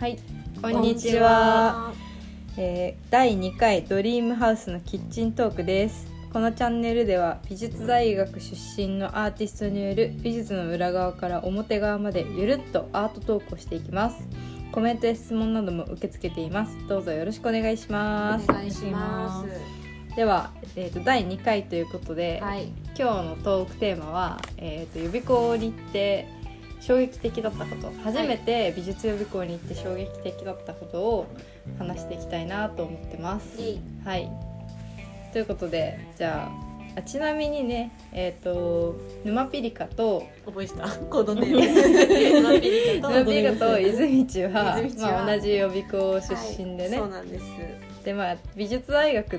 はい、こんにちは。第2回ドリームハウスのキッチントークです。このチャンネルでは美術大学出身のアーティストによる美術の裏側から表側までゆるっとアートトークをしていきます。コメントや質問なども受け付けています。どうぞよろしくお願いします。 お願いします。 では、第2回ということで、 はい、 今日のトークテーマは、予備校に行って衝撃的だったこと、初めて美術予備校に行って衝撃的だったことを話していきたいなと思ってます。はい、ということで、じゃあちなみにね、沼ピリカと覚えてたコードネーム沼ピリカと泉地は同じ予備校出身でね、 そうなんです。 で、美術大学って、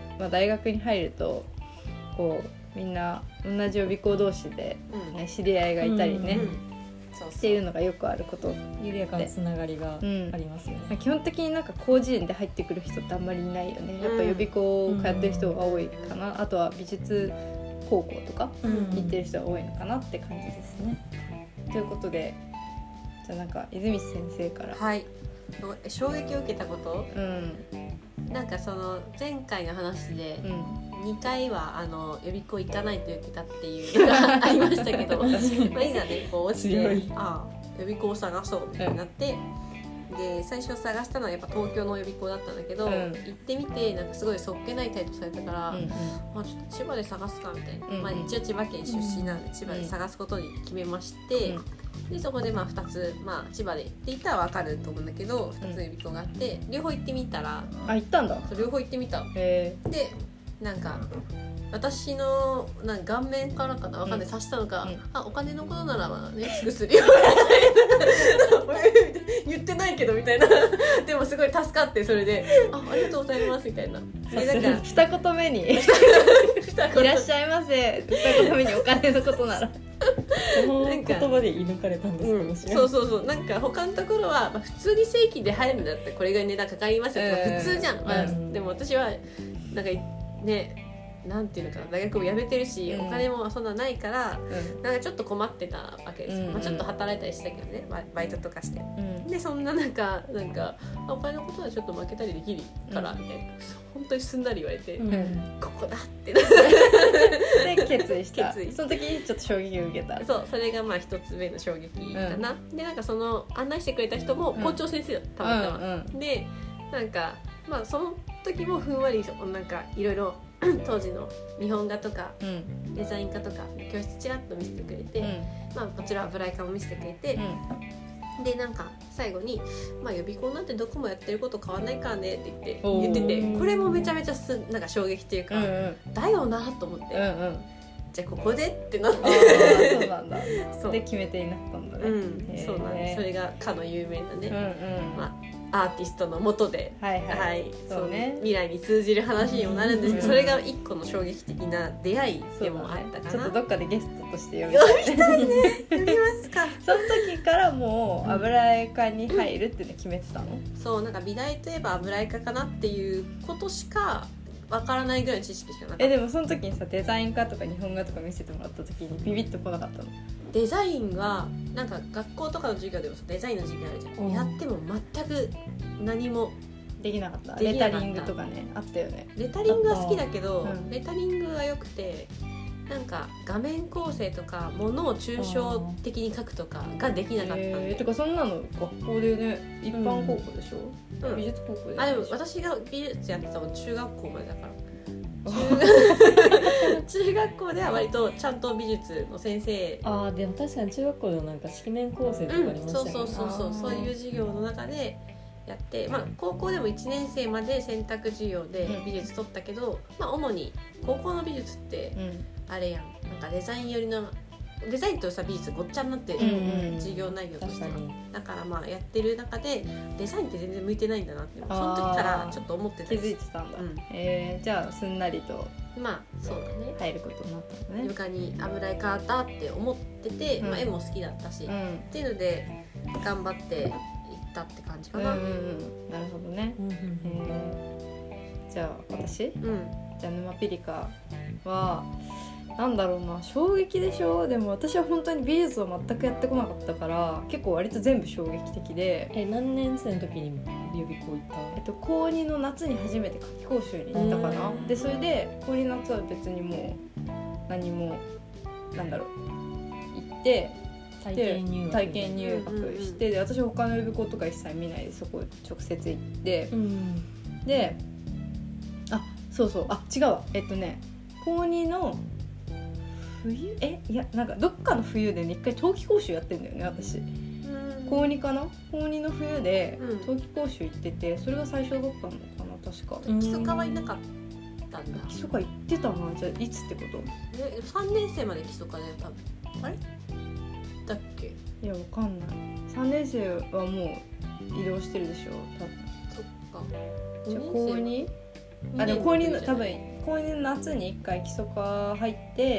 大学に入るとこうみんな同じ予備校同士で、ね、知り合いがいたりね、っていうのがよくあること。 緩やかなつながりがありますよね。 基本的になんか広辞苑で入ってくる人ってあんまりいないよね。やっぱ予備校を通ってる人が多いかな、あとは美術高校とか行ってる人が多いのかなって感じですね。ということで、じゃあなんか泉先生から。 はい、衝撃を受けたこと、なんかその前回の話で、2回は予備校行かないと言ってたっていうのがありましたけどいざねこう落ちて予備校を探そうみたいになって、で最初探したのはやっぱ東京の予備校だったんだけど、行ってみてなんかすごいそっけない態度されたから、ちょっと千葉で探すかみたいな、一応千葉県出身なんで千葉で探すことに決めまして、でそこで2つ、千葉でって言ったら分かると思うんだけど、2つの予備校があって両方行ってみたら、 行ったんだ。 両方行ってみた。でなんか私の顔面からかな分かんない、刺したのか、お金のことならねすぐするよ言ってないけどみたいなでもすごい助かって、それでありがとうございますみたいな。 二言目にいらっしゃいませ、二言目にお金のことならその言葉で射抜かれたんですか、 そうなんか他のところは、普通に正規で入るんだったらこれぐらい値段かかりますよ、普通じゃん、でも私はなんかね、なんていうのかな、大学も辞めてるし、お金もそんなないから、なんかちょっと困ってたわけですよ、ちょっと働いたりしたけどね、バイトとかして、でそんななんかお金のことはちょっと負けたりできるからみたいな、本当にすんなり言われて、ここだってで決意した。その時にちょっと衝撃を受けた。 それが一つ目の衝撃かな、でなんかその案内してくれた人も校長先生だったまたま、でなんかその時もふんわりなんかいろいろ当時の日本画とか、デザイン科とか教室ちらっと見せてくれて、こちらは油絵科も見せてくれて、でなんか最後に、予備校なんてどこもやってること変わんないからねって言ってて、これもめちゃめちゃなんか衝撃っていうか、だよなと思って、じゃあここでってなってそうなんだで決め手になったんだね。 そうなんです。それがかの有名なね、アーティストの下で、そうね、未来に通じる話にもなるんですけど、それが一個の衝撃的な出会いでもあったかな。 ちょっとどっかでゲストとして呼びたいね。呼びますか。 その時からもう油絵科に入るっていうの決めてたの？ そうなんか美大といえば油絵科かなっていうことしかわからないぐらいの知識しかなかった。 でもその時にさ、デザイン科とか日本画とか見せてもらった時にビビッと来なかったの？ デザインはなんか学校とかの授業でもデザインの授業あるじゃん、やっても全く何もできなかった。レタリングとかね、あったよね。 レタリングは好きだけど、レタリングが良くて、なんか画面構成とか物を抽象的に描くとかができなかったんで。 てかそんなの学校でね、一般高校でしょ、美術高校で。 でも私が美術やってたの中学校までだから中学校では割とちゃんと美術の先生、 でも確かに中学校でもなんか式年構成とかありましたよね、 そういう授業の中でやって、高校でも1年生まで選択授業で美術取ったけど、主に高校の美術ってあれやん、なんかデザイン寄りのデザインと美術ごっちゃになってる、授業内容としては。だからやってる中でデザインって全然向いてないんだなってその時からちょっと思ってた。 気づいてたんだ、じゃあすんなりとそうだね、 入ることになったのね。 床に油絵変わったって思ってて、絵も好きだったし、っていうので頑張っていったって感じかな。なるほどね。じゃあ私、じゃあ沼ピリカはなんだろうな、衝撃でしょ。でも私は本当に美術を全くやってこなかったから結構割と全部衝撃的で。 何年生の時に予備校行った？ 高2の夏に初めて夏期講習に行ったかな。でそれで高2の夏は別にもう何もなんだろう行って体験入学して、で私は他の予備校とか一切見ないでそこ直接行って、でそうそう違うわ高2の冬いやなんかどっかの冬で、ね、一回冬季講習やってんだよね私。高2かな、高2の冬で冬季講習行ってて、それが最初だったのかな確か。 基礎科はいなかったんだ。 基礎科行ってたな。じゃあいつってこと？ 3年生まで基礎科だよ多分。あれだっけ？ いやわかんない。3年生はもう移動してるでしょ多分。 そっか。 じゃあ高 2？でも高2の多分高2の夏に1回基礎科入って、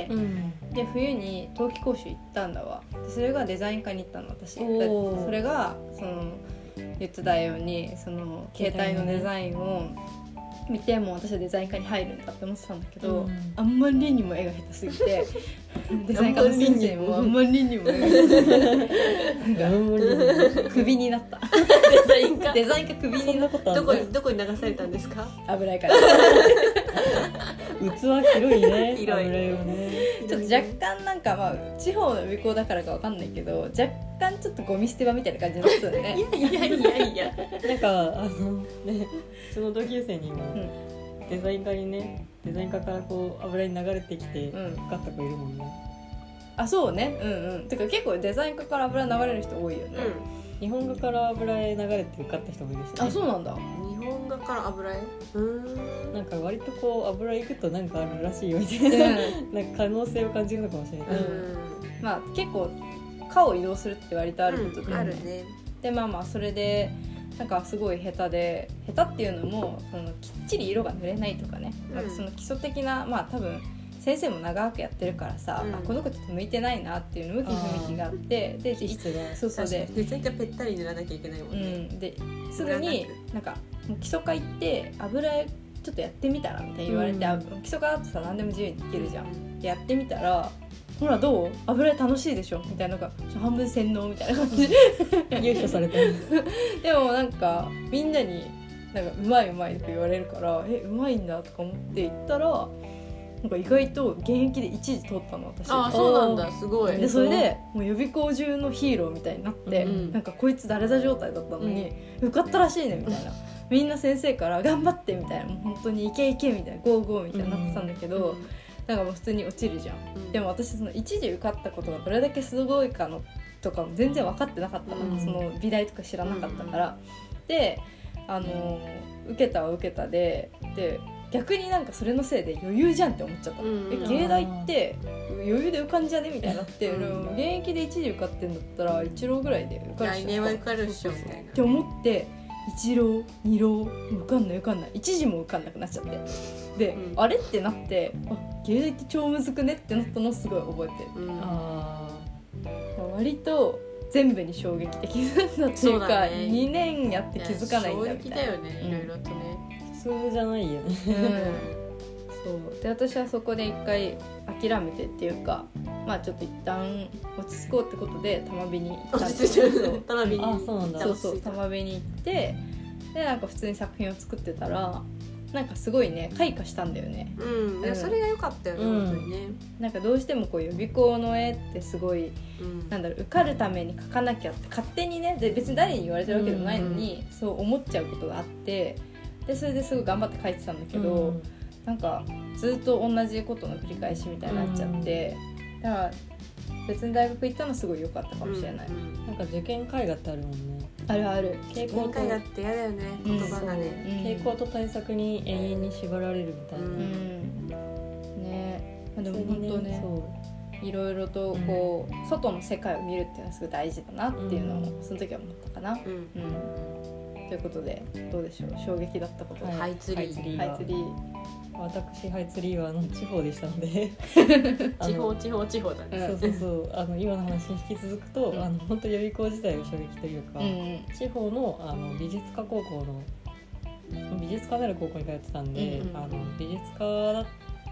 で冬に冬季講習行ったんだわ。でそれがデザイン科に行ったの私。それがその言ってたようにその携帯のデザインを見て、もう私はデザイン科に入るんだって思ってたんだけど、あんまりにも絵が下手すぎてデザイン科の先生もあんまりにも絵が下手すぎてなんかクビになった。デザイン科クビになった。 どこに流されたんですか？ 油絵から器広いね。 広い油絵をね。 ちょっと若干なんかまあ地方の予備校だからかわかんないけど若干ちょっとゴミ捨て場みたいな感じになってたよね。 いやなんかねその同級生にもデザイン科にね、デザイン科からこう油絵に流れてきて受かった子いるもんね。 あそうね、てか結構デザイン科から油流れる人多いよね。 日本画から油絵流れて受かった人もいるしね。 あそうなんだ。 日本画から油絵？ なんか割とこう油絵行くとなんかあるらしいよみたいな、なんか可能性を感じるのかもしれない。 まあ結構科を移動するって割とあることで、 あるね。 でまあそれでなんかすごい下手っていうのもそのきっちり色が塗れないとかね、なんかその基礎的なまあ多分先生も長くやってるからさ、この子ちょっと向いてないなっていうの向き不向きがあってでそうでデザインがぺったり塗らなきゃいけないもんね。 ですぐになんかもう基礎科行って油絵ちょっとやってみたらみたいに言われて、基礎科だとさ何でも自由にできるじゃん。やってみたらほらどう油絵楽しいでしょみたいなのが半分洗脳みたいな感じで優勝された。 でもなんかみんなになんかうまいとか言われるからうまいんだとか思って行ったらなんか意外と現役で一時通ったの私。 そうなんだ、すごい。 でそれでもう予備校中のヒーローみたいになって、なんかこいつ誰だ状態だったのに、受かったらしいねみたいなみんな先生から頑張ってみたいなもう本当にイケイケみたいなゴーゴーみたいになってたんだけど、なんかもう普通に落ちるじゃん。でも私その一時受かったことがどれだけすごいかのとかも全然分かってなかったの、その美大とか知らなかったから、で受けたで逆になんかそれのせいで余裕じゃんって思っちゃったの。芸大って余裕で受かんじゃねみたいになって、現役で一時受かってんだったら一浪ぐらいで受かる来年は受かるっしょみたいなって思って一浪二浪受かんない一時も受かんなくなっちゃってで、あれってなって芸大って超むずくねってなったのをすごい覚えてる。割と全部に衝撃的なんだっていうか2年やって気づかないんだみたいな。 衝撃だよね、いろいろとね。 普通じゃないよね。 そうで私はそこで一回諦めてっていうかまあちょっと一旦落ち着こうってことで玉美に行ったんですよ。 玉美に玉美に行ってでなんか普通に作品を作ってたらなんかすごいね開花したんだよね。 いやそれが良かったよね、本当にね。 なんかどうしてもこう予備校の絵ってすごい、なんだろう受かるために描かなきゃって勝手にねで別に誰に言われてるわけでもないのに、そう思っちゃうことがあってでそれですごい頑張って描いてたんだけど、なんかずっと同じことの繰り返しみたいになっちゃって、だから別に大学行ったのすごい良かったかもしれない。 なんか受験絵画ってあるもんね。 あるある。 受験絵画って嫌だよね、言葉がね。 傾向と対策に永遠に縛られるみたいな。 ね、でも本当ね、いろいろとこう、外の世界を見るっていうのはすごい大事だなっていうのをその時は思ったかな。ということでどうでしょう、衝撃だったこと。 ハイツリー。 私ハイツリーは地方でしたので地方だね。 そう今の話に引き続くと、本当予備校自体が衝撃というか、地方の美術科高校の美術科なる高校に通ってたんで、美術科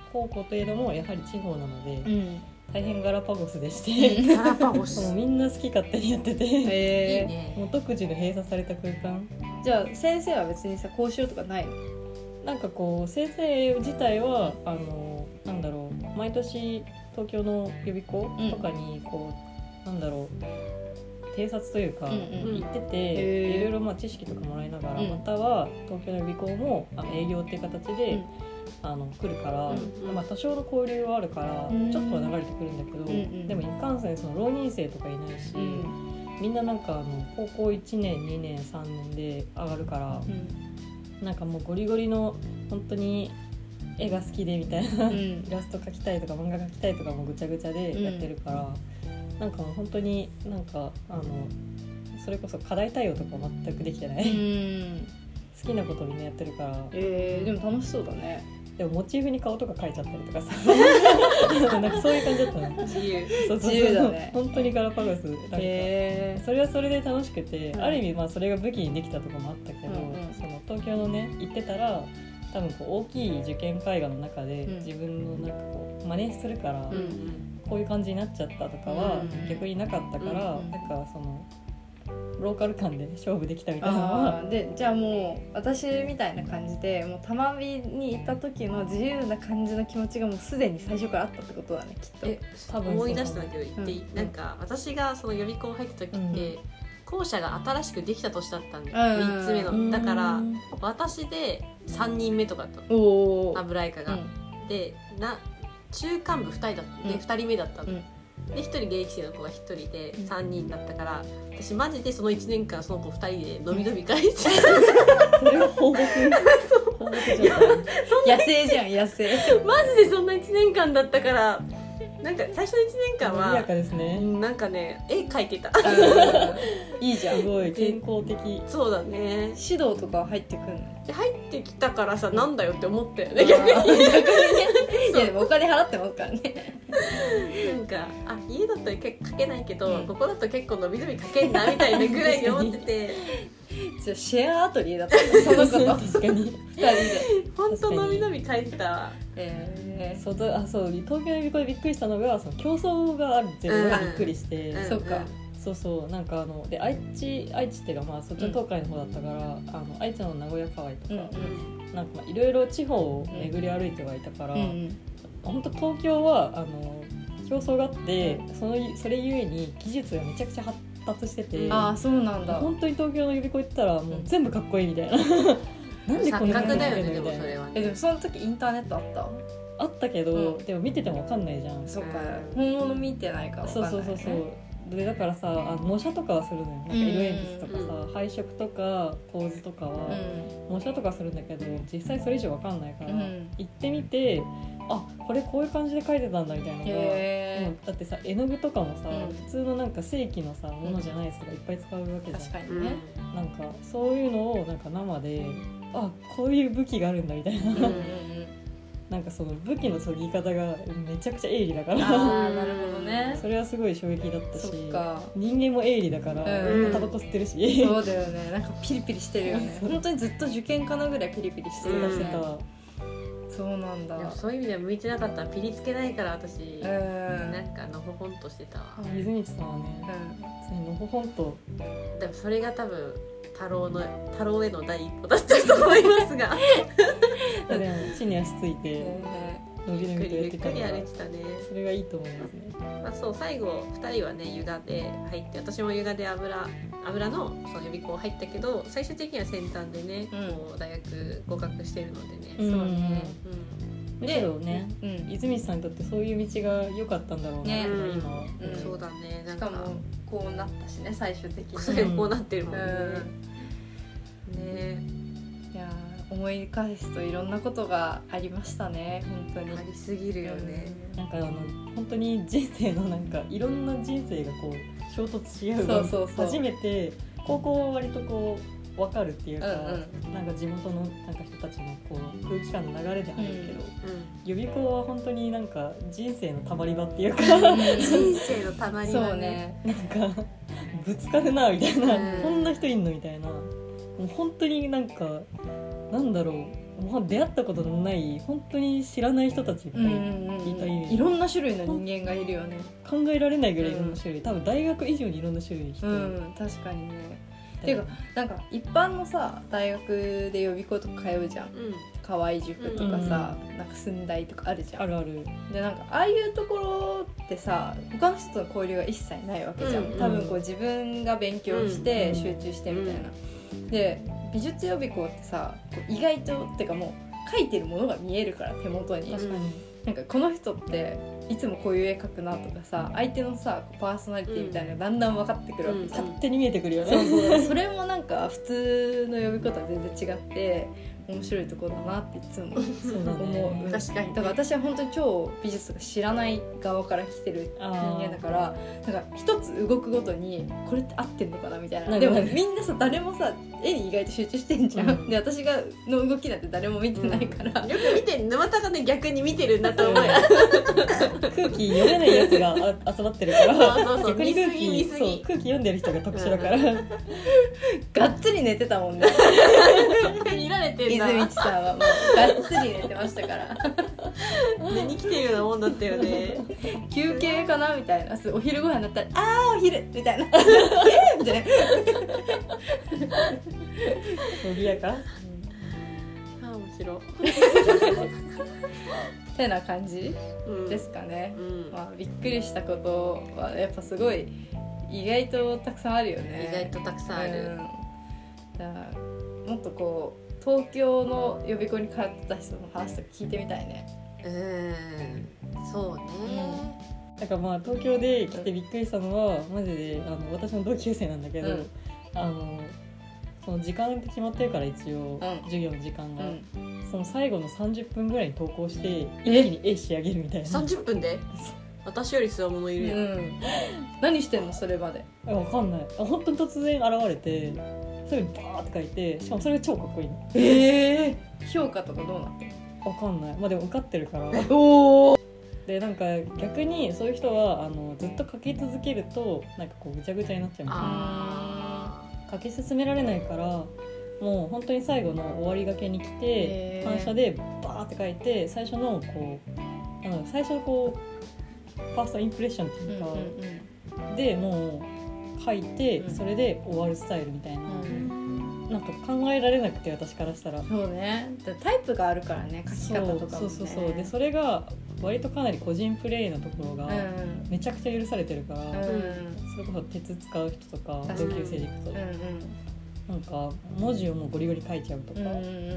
高校といえどもやはり地方なので、大変ガラパゴスでしてガラパゴスもうみんな好き勝手にやってて、 いいね、 もう独自の閉鎖された空間。 じゃあ先生は別にさこうしようとかないの？ なんかこう先生自体はなんだろう、毎年東京の予備校とかにこう、なんだろう、偵察というか行ってて、いろいろまあ知識とかもらいながら、または東京の予備校も営業っていう形で、来るから、まあ、多少の交流はあるから、ちょっとは流れてくるんだけど、でもいかんせんその浪人生とかいないし、みんななんか高校1年2年3年で上がるから、なんかもうゴリゴリの本当に絵が好きでみたいな、イラスト描きたいとか漫画描きたいとかもぐちゃぐちゃでやってるから、なんかもう本当になんかそれこそ課題対応とか全くできてない、好きなことみんなやってるから。 でも楽しそうだね。 でもモチーフに顔とか描いちゃったりとかさなんかそういう感じだったの。 自由自由だね。 本当にガラパゴス。なんかそれはそれで楽しくて、ある意味まあそれが武器にできたとかもあったけど、その東京のね行ってたら多分こう大きい受験絵画の中で自分のなんかこう真似するから、こういう感じになっちゃったとかは逆になかったから、なんかそのローカル感で勝負できたみたいなのは。 でじゃあもう私みたいな感じでもうたまびにいた時の自由な感じの気持ちがもうすでに最初からあったってことだね、きっと。 多分思い出したんだけど言っていい、なんか私がその予備校入った時って、校舎が新しくできた年だったんだよ、3つ目の。だから私で3人目とかと油絵科が、で中間部2人だったで、2人目だったの、で1人現役生の子が1人で3人だったから、私マジでその1年間その子2人でのびのび書いてそれは放牧野生じゃん、野生マジでそんな1年間だったから、なんか最初の1年間は賑やかですね。 なんかね絵描いてたいいじゃん、 すごい健康的。 そうだね、 指導とか入ってくるの？ で入ってきたからさ、なんだよって思ったよね逆にいやでもお金払ってますからねなんか家だと描けないけど、ここだと結構のびのび描けんなみたいなぐらいに思っててじゃあシェアアトリエだったのその子と確かに2 人で本当のびのび描いてた。 そう東京の予備校でびっくりしたのがその競争があるっていうのがびっくりして、 そうか、 そうなんかで愛知っていうかまあそっちの東海の方だったから、愛知の名古屋河合とか、なんかいろいろ地方を巡り歩いてはいたから、本当東京は競争があって、それゆえに技術がめちゃくちゃ発達してて、 そうなんだ。 本当に東京の予備校行ったらもう全部かっこいいみたいななんでこんな錯覚だよね。でもそれはね。 でもその時インターネットあったけど、でも見てても分かんないじゃん。 そうか、本物見てないから分かんない、ね。 そうでだからさ模写とかはするのよ。なんか色鉛筆とかさ、配色とか構図とかは模写とかするんだけど、実際それ以上分かんないから、行ってみてこれこういう感じで描いてたんだみたいなのが、だってさ絵の具とかもさ、普通のなんか正規のさものじゃないやつがいっぱい使うわけじゃん。 確かにね。 なんかそういうのをなんか生でこういう武器があるんだみたいななんかその武器の削ぎ方がめちゃくちゃ鋭利だからなるほどね。 それはすごい衝撃だったし、 か人間も鋭利だからみんなタバコ吸ってるし、 そうだよね。なんかピリピリしてるよね本当にずっと受験かなぐらいピリピリしてるしてた。 そうなんだ。 そういう意味では向いてなかったらピリつけないから私、なんかのほほんとしてたわ。 水道さんはね、のほほんと。 でもそれが多分太郎への第一歩だったと思いますがでも地に足ついて伸び伸びとやってたのがゆっくり歩いてたね。 それがいいと思いますね。 そう最後2人はねユガで入って、私もユガで油のその予備校入ったけど、最終的には先端でね、こう大学合格してるのでね、そうね、 むしろね、泉さんにとってそういう道が良かったんだろうな、今は。 そうだね。 しかもこうなったしね、最終的にそれこうなってるもんね。 いや思い返すといろんなことがありましたね。本当にありすぎるよね。 なんか本当に人生のなんかいろんな人生がこう衝突し合う初めて高校は割とこう分かるっていうか、なんか地元のなんか人たちのこう空気感の流れで入るけど、予備校は本当になんか人生のたまり場っていうか人生のたまり場ね。 なんかぶつかるなみたいな、こんな人いんのみたいな、もう本当になんかなんだろう、 出会ったことのない本当に知らない人たちがいたイメージ。 いろんな種類の人間がいるよね。 考えられないぐらいいろんな種類、多分大学以上にいろんな種類の人、 確かにね。っていうかなんか一般のさ大学で予備校とか通うじゃん、河合塾とかさ、なんか寸大とかあるじゃん。 あるある。 でなんかああいうところってさ他の人との交流が一切ないわけじゃん、多分こう自分が勉強して集中してみたいな、で美術予備校ってさ意外とってかもう描いてるものが見えるから手元に。 確かに。 なんかこの人っていつもこういう絵描くなとかさ相手のさパーソナリティみたいなのがだんだん分かってくるわけじゃん、 勝手に見えてくるよね。 そうそれもなんか普通の呼び方は全然違って面白いところだなっていつも思う。 確かに。 だから私は本当に超美術が知らない側から来てる人間だからなんか一つ動くごとにこれって合ってんのかなみたいな。でもみんなさ誰もさ絵に意外と集中してんじゃん、で私がの動きなんて誰も見てないから、 よく見て沼田がね逆に見てるんだと思うよ。 空気読めないやつが集まってるから逆に空気読んでる人が特殊だからがっつり寝てたもんね。 見られてんだ。 水道さんはもうがっつり寝てましたから寝に来てるようなもんだったよね。 休憩かなみたいな、お昼ご飯だったらあーお昼みたいなみたいな賑やか。 面白てな感じですかね、まあ、びっくりしたことはやっぱすごい意外とたくさんあるよね。 意外とたくさんある、 だからもっとこう東京の予備校に通ってた人の話とか聞いてみたいね。 そうね、 だからまあ東京で来てびっくりしたのはマジで私の同級生なんだけど、その時間って決まってるから一応、授業の時間が、その最後の30分ぐらいに投稿して一気に絵仕上げるみたいな。 30分で私より強者いるやん、 何してんのそれまで。 わかんない。本当に突然現れてそれにバーって書いて、しかもそれが超かっこいいの。 評価とかどうなってる？ わかんない。まあでも受かってるからでなんか逆にそういう人はずっと書き続けるとなんかこうぐちゃぐちゃになっちゃうみたいな。書き進められないからもう本当に最後の終わりがけに来て反射でバーって書いて最初のこう最初のこうファーストインプレッションっていうか、でもう書いてそれで終わるスタイルみたいな、なんか考えられなくて私からしたら。 そうね、タイプがあるからね、書き方とかもね。 そうでそれが割とかなり個人プレイのところがめちゃくちゃ許されてるから、それこそ鉄使う人とか同級生でいくと、なんか文字をもうゴリゴリ書いちゃうとか、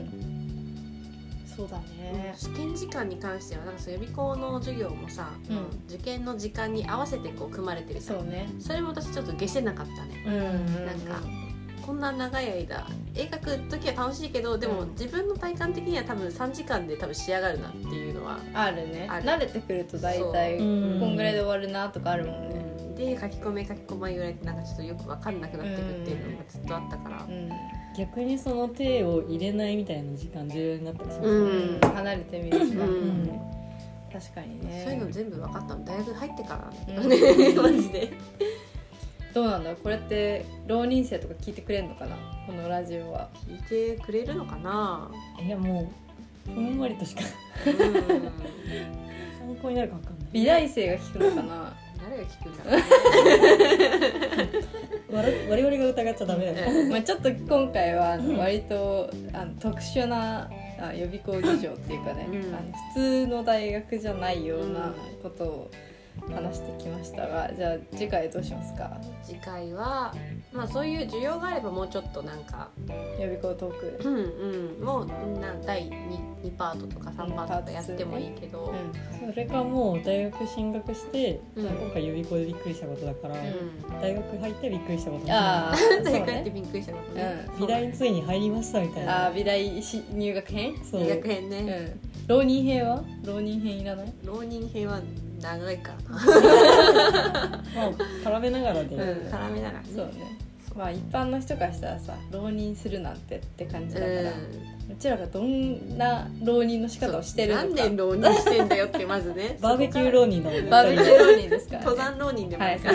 そうだね。 試験時間に関してはなんか予備校の授業もさ、受験の時間に合わせてこう組まれてるさ、それも私ちょっと解せなかったね。なんかこんな長い間絵描く時は楽しいけど、でも自分の体感的には多分3時間で多分仕上がるなっていうのはあるね。慣れてくると大体こんぐらいで終わるなとかあるもんね。 で書き込めぐらいってなんかちょっとよく分かんなくなってくっていうのがずっとあったから、 逆にその手を入れないみたいな時間重要になったりしますね。 離れてみる時間、確かにね。 そういうの全部分かったの大学入ってからなんだけどね、マジで。 どうなんだろう、これって浪人生とか聞いてくれるのかな、このラジオは。 聞いてくれるのかな。 いやもうふんわりとしか参考になるか分かんない。 美大生が聞くのかな。 誰が聞くんだろうね。 我々が疑っちゃダメだよ、 まあちょっと今回は割と特殊な予備校事情っていうかね、普通の大学じゃないようなことを話してきましたが、じゃあ次回どうしますか。 次回はまあそういう需要があればもうちょっとなんか予備校トークもう第 2パートとか3パートとかやってもいいけど、 それかもう大学進学して、今回予備校でびっくりしたことだから、大学入ってびっくりしたこと大学入ってびっくりしたことね、 美大についに入りましたみたいな。 美大入学編、 入学編ね、 浪人編は浪人編いらない。 浪人編は長いからなまあ絡めながらで、 絡めながらね。 そうね。まあ一般の人からしたらさ、浪人するなんてって感じだから、うちらがどんな浪人の仕方をしてるのか、 何年浪人してんだよってまずねバーベキュー浪人のバーベキュー浪人ですから、 登山浪人でもいいから、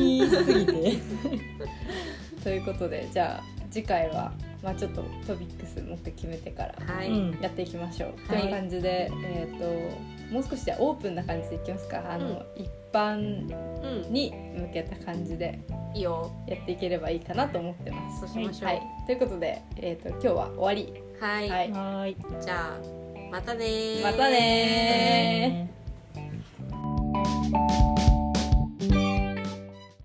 楽しみすぎてということで、じゃあ次回は、ちょっとトピックスもっと決めてからやっていきましょう、という感じで、もう少しじゃあオープンな感じでいきますか。一般に向けた感じでいいよやっていければいいかなと思ってます。 そうしましょう、 はい、ということで、今日は終わり。 はい、 はい、 じゃあまたねまたね。